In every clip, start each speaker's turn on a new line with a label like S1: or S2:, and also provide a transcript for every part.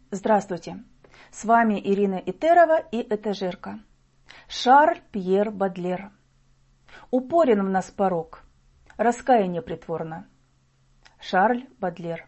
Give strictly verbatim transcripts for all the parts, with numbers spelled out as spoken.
S1: Здравствуйте, с вами Ирина Итерова и Этажерка. Шарль Пьер Бодлер. Упорен в нас порок, раскаяние притворно. Шарль Бодлер.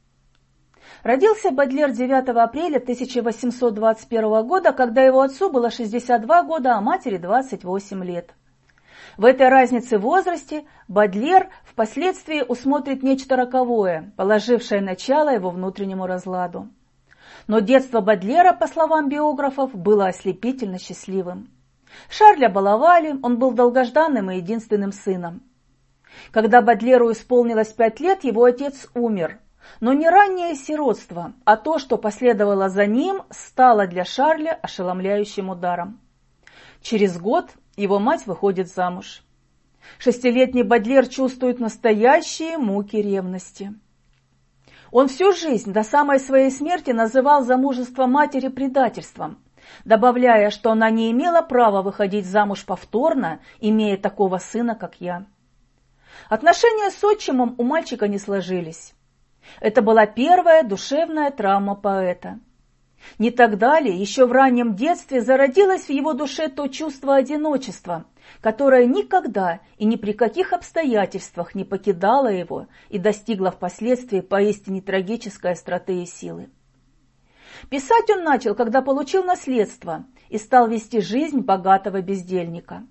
S1: Родился Бодлер девятого апреля тысяча восемьсот двадцать первого года, когда его отцу было шестьдесят два года, а матери двадцать восемь лет. В этой разнице в возрасте Бодлер впоследствии усмотрит нечто роковое, положившее начало его внутреннему разладу. Но детство Бодлера, по словам биографов, было ослепительно счастливым. Шарля баловали, он был долгожданным и единственным сыном. Когда Бодлеру исполнилось пять лет, его отец умер. Но не раннее сиротство, а то, что последовало за ним, стало для Шарля ошеломляющим ударом. Через год его мать выходит замуж. Шестилетний Бодлер чувствует настоящие муки ревности. Он всю жизнь до самой своей смерти называл замужество матери предательством, добавляя, что она не имела права выходить замуж повторно, имея такого сына, как я. Отношения с отчимом у мальчика не сложились. Это была первая душевная травма поэта. Не так далее, еще в раннем детстве зародилось в его душе то чувство одиночества, которое никогда и ни при каких обстоятельствах не покидало его и достигло впоследствии поистине трагической остроты и силы. Писать он начал, когда получил наследство и стал вести жизнь богатого бездельника.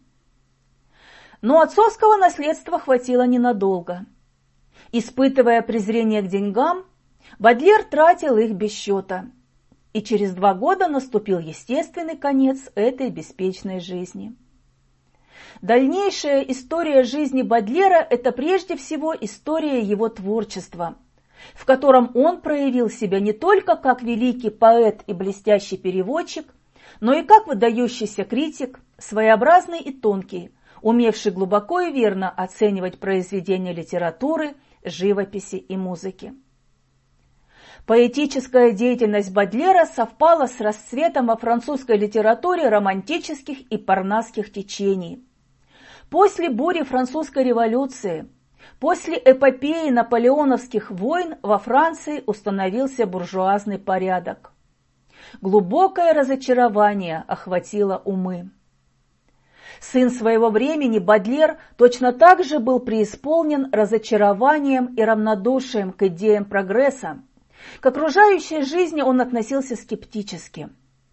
S1: Но отцовского наследства хватило ненадолго. Испытывая презрение к деньгам, Бодлер тратил их без счета. И через два года наступил естественный конец этой беспечной жизни. Дальнейшая история жизни Бодлера – это прежде всего история его творчества, в котором он проявил себя не только как великий поэт и блестящий переводчик, но и как выдающийся критик, своеобразный и тонкий, умевший глубоко и верно оценивать произведения литературы, живописи и музыки. Поэтическая деятельность Бодлера совпала с расцветом во французской литературе романтических и парнасских течений. После бури французской революции, после эпопеи наполеоновских войн во Франции установился буржуазный порядок. Глубокое разочарование охватило умы. Сын своего времени Бодлер точно так же был преисполнен разочарованием и равнодушием к идеям прогресса. К окружающей жизни он относился скептически.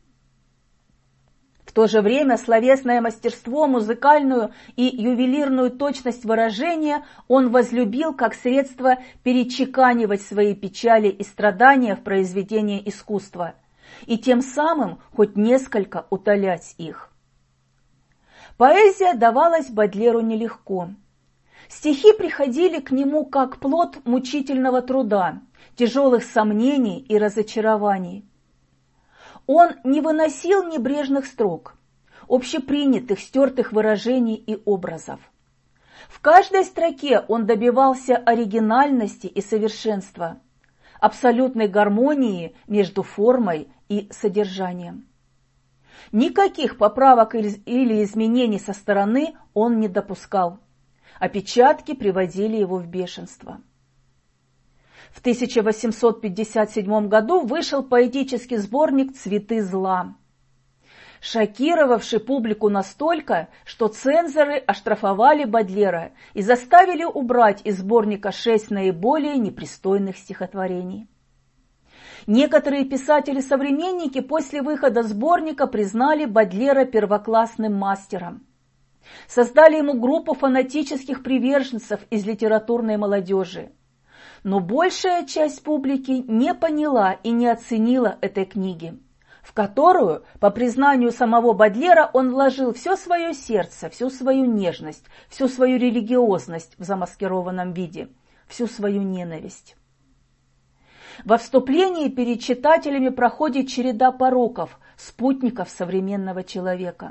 S1: В то же время словесное мастерство, музыкальную и ювелирную точность выражения он возлюбил как средство перечеканивать свои печали и страдания в произведения искусства и тем самым хоть несколько утолять их. Поэзия давалась Бодлеру нелегко. Стихи приходили к нему как плод мучительного труда, тяжелых сомнений и разочарований. Он не выносил небрежных строк, общепринятых, стертых выражений и образов. В каждой строке он добивался оригинальности и совершенства, абсолютной гармонии между формой и содержанием. Никаких поправок или изменений со стороны он не допускал. Опечатки приводили его в бешенство. В тысяча восемьсот пятьдесят седьмом году вышел поэтический сборник «Цветы зла», шокировавший публику настолько, что цензоры оштрафовали Бодлера и заставили убрать из сборника шесть наиболее непристойных стихотворений. Некоторые писатели-современники после выхода сборника признали Бодлера первоклассным мастером. Создали ему группу фанатических приверженцев из литературной молодежи. Но большая часть публики не поняла и не оценила этой книги, в которую, по признанию самого Бодлера, он вложил все свое сердце, всю свою нежность, всю свою религиозность в замаскированном виде, всю свою ненависть. Во вступлении перед читателями проходит череда пороков, спутников современного человека.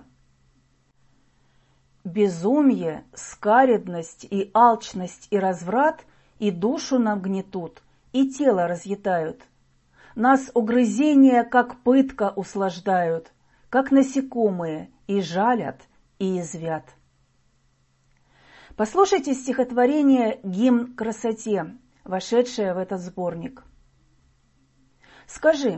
S1: Безумие, скаредность и алчность и разврат и душу нам гнетут, и тело разъедают. Нас угрызения, как пытка, услаждают, как насекомые, и жалят, и извят. Послушайте стихотворение «Гимн красоте», вошедшее в этот сборник. Скажи,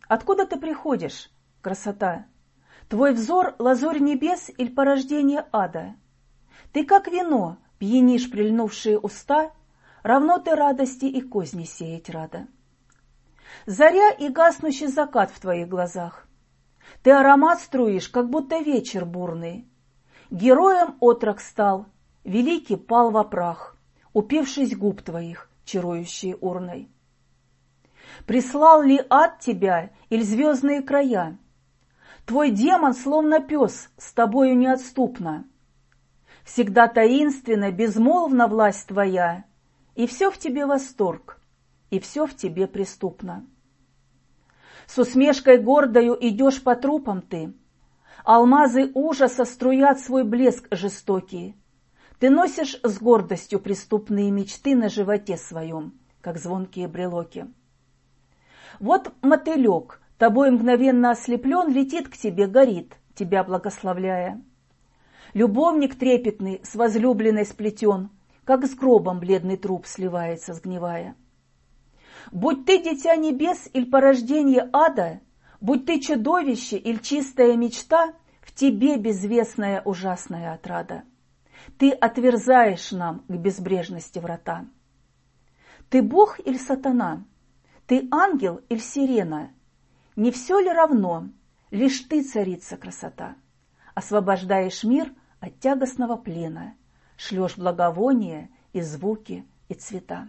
S1: Откуда ты приходишь, красота? Твой взор — лазурь небес или порождение ада? Ты как вино, пьянишь прильнувшие уста, равно ты радости и козни сеять рада. Заря и гаснущий закат в твоих глазах. Ты аромат струишь, как будто вечер бурный. Героем отрок стал, великий пал во прах, упившись губ твоих, чарующей урной. Прислал ли ад тебя или звездные края? Твой демон, словно пес, с тобою неотступно. Всегда таинственно, безмолвна власть твоя, и все в тебе восторг, и все в тебе преступно. С усмешкой гордою идешь по трупам ты, алмазы ужаса струят свой блеск жестокий. Ты носишь с гордостью преступные мечты на животе своем, как звонкие брелоки. Вот мотылек, тобой мгновенно ослеплен, летит к тебе, горит, тебя благословляя. Любовник трепетный, с возлюбленной сплетен, как с гробом бледный труп сливается, сгнивая. Будь ты дитя небес или порождение ада, будь ты чудовище или чистая мечта, в тебе безвестная ужасная отрада. Ты отверзаешь нам к безбрежности врата. Ты Бог или сатана? Ты ангел или сирена? Не все ли равно? Лишь ты, царица красота, освобождаешь мир от тягостного плена, шлешь благовония и звуки и цвета.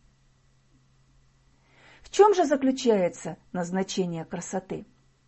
S1: В чем же заключается назначение красоты?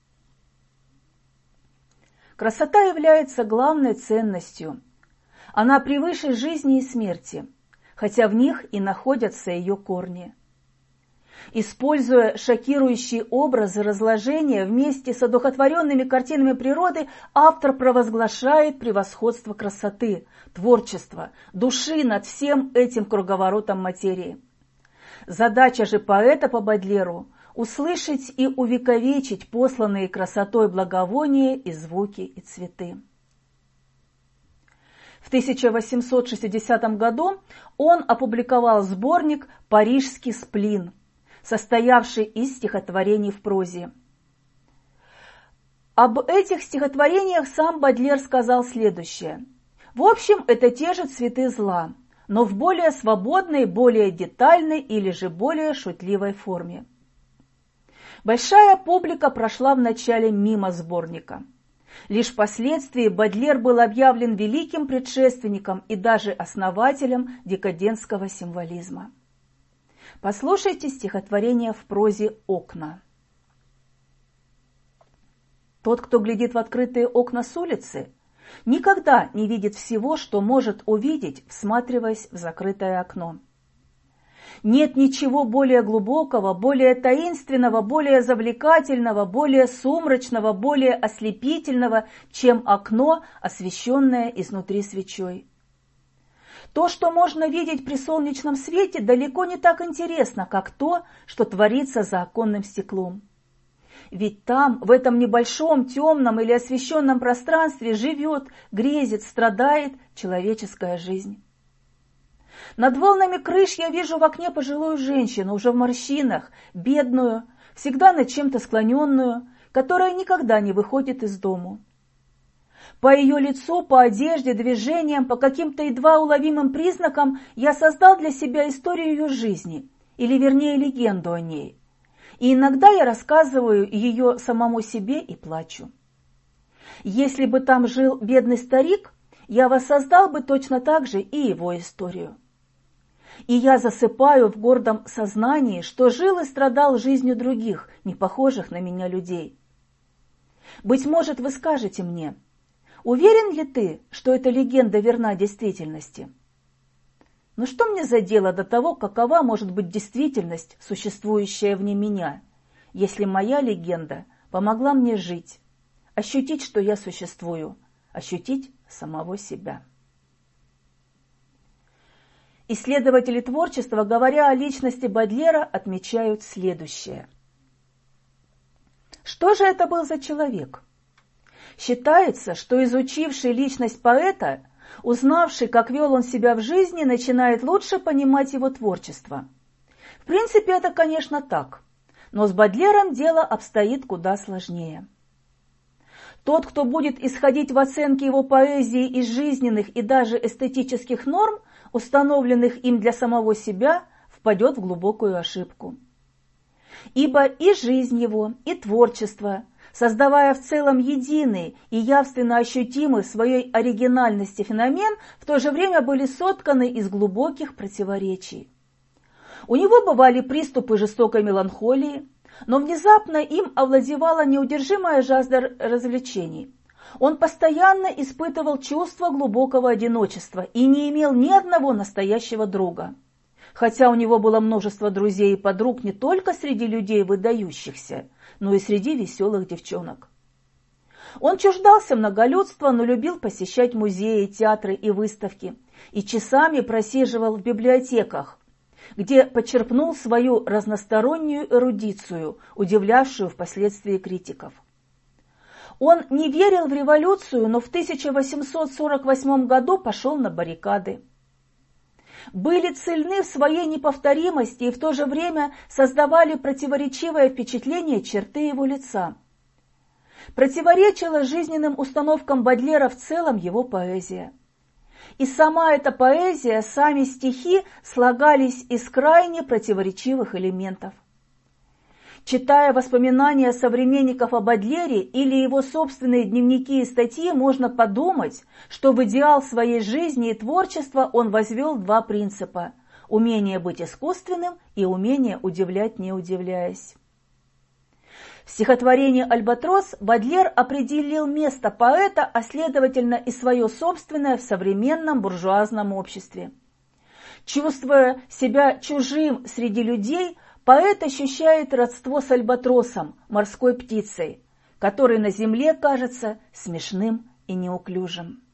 S1: Красота является главной ценностью. Она превыше жизни и смерти, хотя в них и находятся ее корни. Используя шокирующие образы разложения вместе с одухотворенными картинами природы, автор провозглашает превосходство красоты, творчества, души над всем этим круговоротом материи. Задача же поэта по Бодлеру – услышать и увековечить посланные красотой благовония и звуки и цветы. В тысяча восемьсот шестидесятом году он опубликовал сборник «Парижский сплин», состоявший из стихотворений в прозе. Об этих стихотворениях сам Бодлер сказал следующее. В общем, это те же цветы зла, но в более свободной, более детальной или же более шутливой форме. Большая публика прошла вначале мимо сборника. Лишь впоследствии Бодлер был объявлен великим предшественником и даже основателем декадентского символизма. Послушайте стихотворение в прозе «Окна». Тот, кто глядит в открытые окна с улицы, никогда не видит всего, что может увидеть, всматриваясь в закрытое окно. Нет ничего более глубокого, более таинственного, более завлекательного, более сумрачного, более ослепительного, чем окно, освещенное изнутри свечой. То, что можно видеть при солнечном свете, далеко не так интересно, как то, что творится за оконным стеклом. Ведь там, в этом небольшом, темном или освещенном пространстве живет, грезит, страдает человеческая жизнь. Над волнами крыш я вижу в окне пожилую женщину, уже в морщинах, бедную, всегда над чем-то склоненную, которая никогда не выходит из дому. По ее лицу, по одежде, движениям, по каким-то едва уловимым признакам я создал для себя историю ее жизни, или вернее легенду о ней. И иногда я рассказываю ее самому себе и плачу. Если бы там жил бедный старик, я воссоздал бы точно так же и его историю. И я засыпаю в гордом сознании, что жил и страдал жизнью других, не похожих на меня людей. Быть может, вы скажете мне, уверен ли ты, что эта легенда верна действительности? Но что мне за дело до того, какова может быть действительность, существующая вне меня, если моя легенда помогла мне жить, ощутить, что я существую, ощутить самого себя? Исследователи творчества, говоря о личности Бодлера, отмечают следующее. Что же это был за человек? Считается, что изучивший личность поэта, узнавший, как вел он себя в жизни, начинает лучше понимать его творчество. В принципе, это, конечно, так. Но с Бодлером дело обстоит куда сложнее. Тот, кто будет исходить в оценке его поэзии из жизненных и даже эстетических норм, установленных им для самого себя, впадет в глубокую ошибку. Ибо и жизнь его, и творчество, создавая в целом единый и явственно ощутимый в своей оригинальности феномен, в то же время были сотканы из глубоких противоречий. У него бывали приступы жестокой меланхолии, но внезапно им овладевала неудержимая жажда развлечений. Он постоянно испытывал чувство глубокого одиночества и не имел ни одного настоящего друга. Хотя у него было множество друзей и подруг не только среди людей выдающихся, но и среди веселых девчонок. Он чуждался многолюдства, но любил посещать музеи, театры и выставки, и часами просиживал в библиотеках, где почерпнул свою разностороннюю эрудицию, удивлявшую впоследствии критиков. Он не верил в революцию, но в тысяча восемьсот сорок восьмом году пошел на баррикады. Были цельны в своей неповторимости и в то же время создавали противоречивое впечатление черты его лица. Противоречила жизненным установкам Бодлера в целом его поэзия. И сама эта поэзия, сами стихи слагались из крайне противоречивых элементов. Читая воспоминания современников о Бодлере или его собственные дневники и статьи, можно подумать, что в идеал своей жизни и творчества он возвел два принципа – умение быть искусственным и умение удивлять, не удивляясь. В стихотворении «Альбатрос» Бодлер определил место поэта, а следовательно и свое собственное в современном буржуазном обществе. Чувствуя себя чужим среди людей, поэт ощущает родство с альбатросом, морской птицей, который на земле кажется смешным и неуклюжим.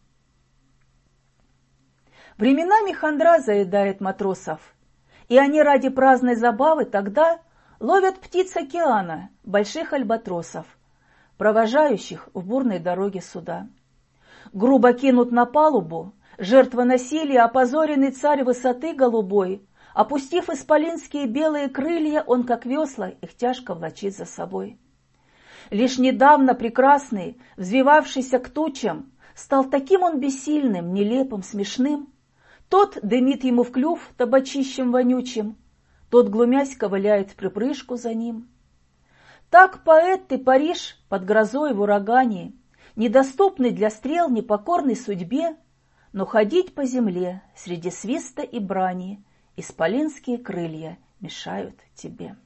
S1: Временами хандра заедает матросов, и они ради праздной забавы тогда ловят птиц океана, больших альбатросов, провожающих в бурной дороге суда. Грубо кинут на палубу, жертва насилия, опозоренный царь высоты голубой, опустив исполинские белые крылья, он, как весла, их тяжко влачит за собой. Лишь недавно прекрасный, взвивавшийся к тучам, стал таким он бессильным, нелепым, смешным. Тот дымит ему в клюв табачищем вонючим, тот, глумясь, ковыляет в припрыжку за ним. Так поэт ты паришь под грозой в урагане, недоступный для стрел, непокорный судьбе, но ходить по земле среди свиста и брани исполинские крылья мешают тебе.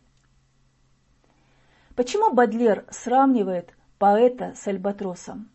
S1: Почему Бодлер сравнивает поэта с альбатросом?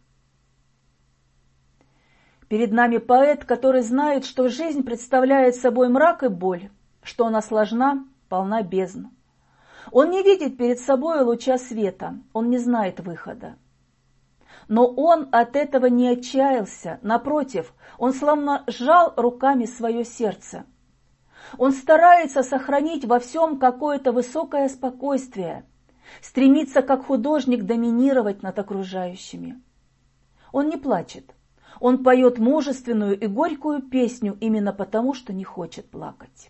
S1: Перед нами поэт, который знает, что жизнь представляет собой мрак и боль, что она сложна, полна бездн. Он не видит перед собой луча света, он не знает выхода. Но он от этого не отчаялся, напротив, он словно сжал руками свое сердце. Он старается сохранить во всем какое-то высокое спокойствие, стремится как художник доминировать над окружающими. Он не плачет, он поет мужественную и горькую песню именно потому, что не хочет плакать.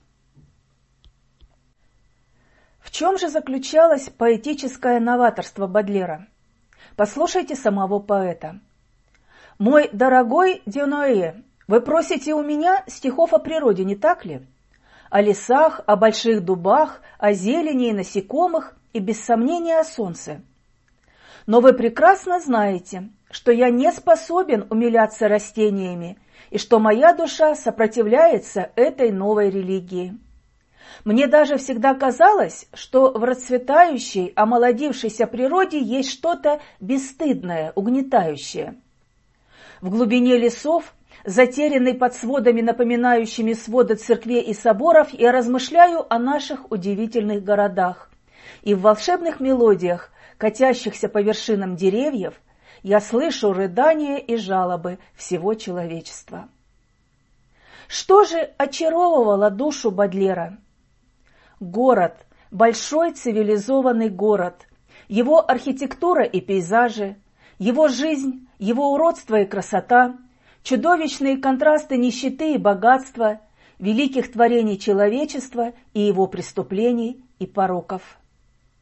S1: В чем же заключалось поэтическое новаторство Бодлера? Послушайте самого поэта. «Мой дорогой Дюноэ, вы просите у меня стихов о природе, не так ли? О лесах, о больших дубах, о зелени и насекомых и, без сомнения, о солнце. Но вы прекрасно знаете, что я не способен умиляться растениями и что моя душа сопротивляется этой новой религии. Мне даже всегда казалось, что в расцветающей, омолодившейся природе есть что-то бесстыдное, угнетающее. В глубине лесов, затерянной под сводами, напоминающими своды церквей и соборов, я размышляю о наших удивительных городах, и в волшебных мелодиях, катящихся по вершинам деревьев, я слышу рыдания и жалобы всего человечества». Что же очаровывало душу Бодлера? Город, большой цивилизованный город, его архитектура и пейзажи, его жизнь, его уродство и красота, чудовищные контрасты нищеты и богатства, великих творений человечества и его преступлений и пороков.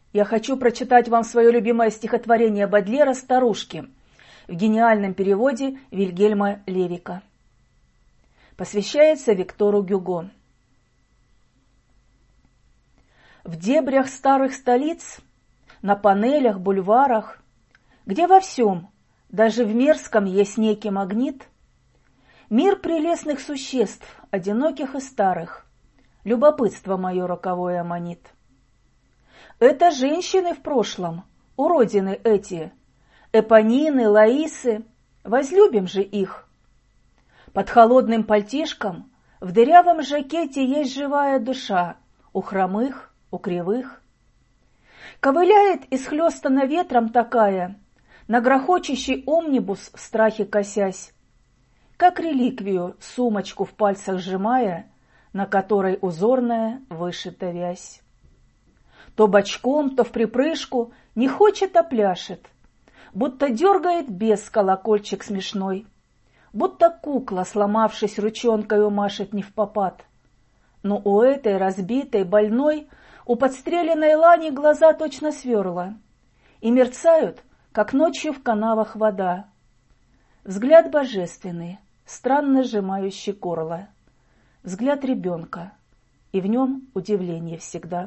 S1: я хочу прочитать вам свое любимое стихотворение Бодлера «Старушки» в гениальном переводе Вильгельма Левика. Посвящается Виктору Гюго. В дебрях старых столиц, на панелях, бульварах, где во всем, даже в мерзком, есть некий магнит, мир прелестных существ, одиноких и старых, любопытство мое роковое манит. Это женщины в прошлом, уродины эти, Эпонины, Лаисы, возлюбим же их. Под холодным пальтишком в дырявом жакете есть живая душа, у хромых, у кривых. Ковыляет исхлёстана ветром такая, на грохочущий омнибус в страхе косясь, как реликвию сумочку в пальцах сжимая, на которой узорная вышита вязь. То бочком, то в припрыжку, не хочет, а пляшет, будто дергает бес колокольчик смешной, будто кукла, сломавшись ручонкою, машет невпопад. Но у этой разбитой, больной, у подстреленной лани глаза точно сверла и мерцают, как ночью в канавах вода. Взгляд божественный, странно сжимающий горло, взгляд ребенка, и в нем удивление всегда.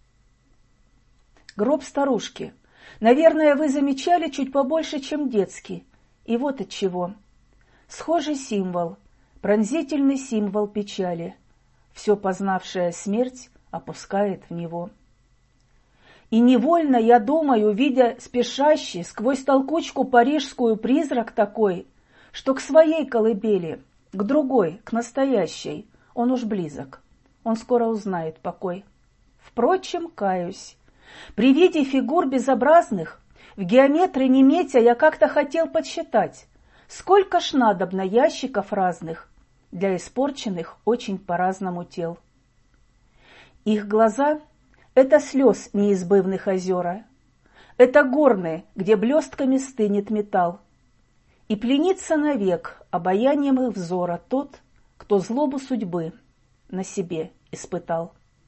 S1: Гроб старушки. Наверное, вы замечали чуть побольше, чем детский. И вот отчего. Схожий символ, пронзительный символ печали. Все познавшая смерть опускает в него. И невольно я думаю, видя спешащий сквозь толкучку парижскую призрак такой, что к своей колыбели, к другой, к настоящей, он уж близок, он скоро узнает покой. Впрочем, каюсь, при виде фигур безобразных, в геометрии неметя я как-то хотел подсчитать, сколько ж надобно ящиков разных для испорченных очень по-разному тел. Их глаза — это слез неизбывных озера, это горные, где блестками стынет металл, и пленится навек обаянием их взора тот, кто злобу судьбы на себе испытал.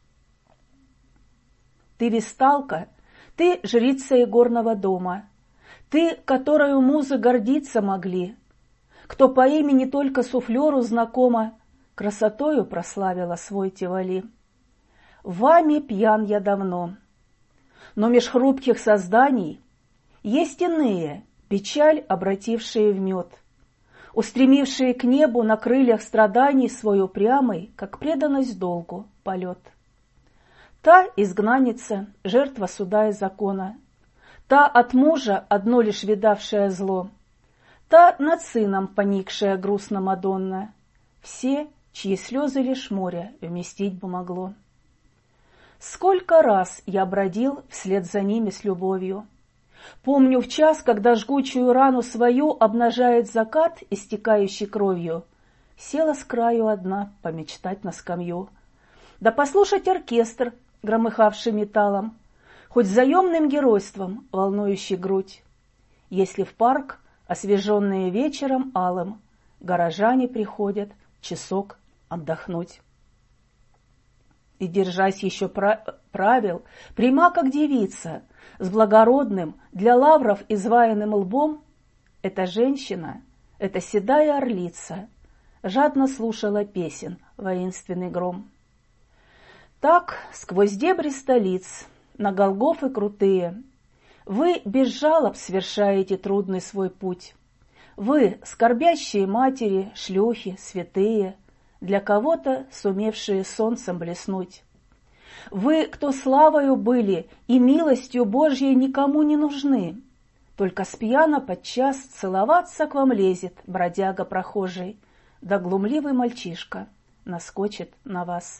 S1: Ты весталка, ты жрица игорного дома, ты, которою музы гордиться могли, кто по имени только суфлеру знакома, красотою прославила свой Тивали. Вами пьян я давно, но меж хрупких созданий есть иные, печаль обратившие в мед, устремившие к небу на крыльях страданий свой упрямый, как преданность долгу, полет. Та изгнанница, жертва суда и закона, та от мужа одно лишь видавшая зло, та над сыном поникшая грустно Мадонна, все, чьи слезы лишь море вместить бы могло. Сколько раз я бродил вслед за ними с любовью. Помню в час, когда жгучую рану свою обнажает закат, истекающий кровью, села с краю одна помечтать на скамью, да послушать оркестр, громыхавший металлом, хоть заемным геройством волнующий грудь, если в парк, освеженные вечером алым, горожане приходят часок отдохнуть. И, держась еще правил, пряма как девица, с благородным, для лавров изваянным лбом, эта женщина, эта седая орлица, жадно слушала песен воинственный гром. Так, сквозь дебри столиц, на Голгофы крутые, вы без жалоб свершаете трудный свой путь. Вы, скорбящие матери, шлюхи, святые, для кого-то сумевшие солнцем блеснуть. Вы, кто славою были и милостью Божьей никому не нужны, только спьяно подчас целоваться к вам лезет бродяга прохожий, да глумливый мальчишка наскочит на вас.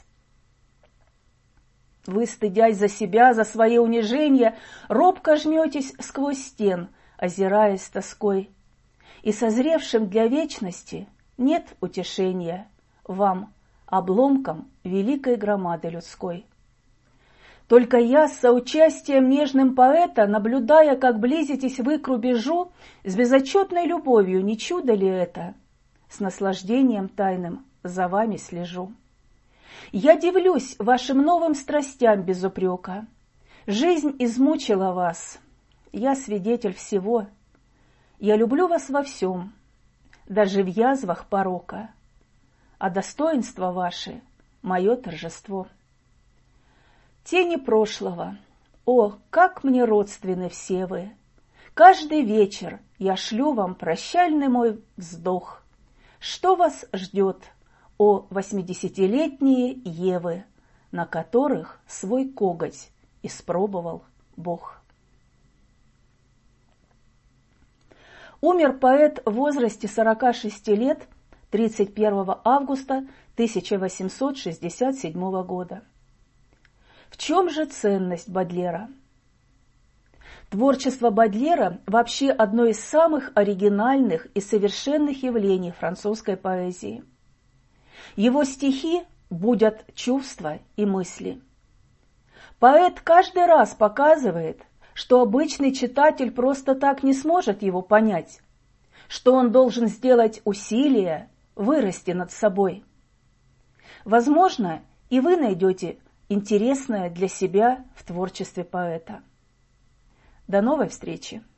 S1: Вы, стыдясь за себя, за свои унижения, робко жметесь сквозь стен, озираясь с тоской. И созревшим для вечности нет утешения вам, обломкам великой громады людской. Только я с соучастием нежным поэта, наблюдая, как близитесь вы к рубежу, с безотчетной любовью, не чудо ли это? С наслаждением тайным за вами слежу. Я дивлюсь вашим новым страстям без упрека. Жизнь измучила вас, я свидетель всего. Я люблю вас во всем, даже в язвах порока, а достоинства ваши — мое торжество. Тени прошлого, о, как мне родственны все вы! Каждый вечер я шлю вам прощальный мой вздох. Что вас ждет, о восьмидесятилетние Евы, на которых свой коготь испробовал Бог? Умер поэт в возрасте сорока шести лет тридцать первого августа тысяча восемьсот шестьдесят седьмого года. В чем же ценность Бодлера? Творчество Бодлера вообще одно из самых оригинальных и совершенных явлений французской поэзии. Его стихи будят чувства и мысли. Поэт каждый раз показывает, что обычный читатель просто так не сможет его понять, что он должен сделать усилия, вырасти над собой. Возможно, и вы найдете интересное для себя в творчестве поэта. До новой встречи!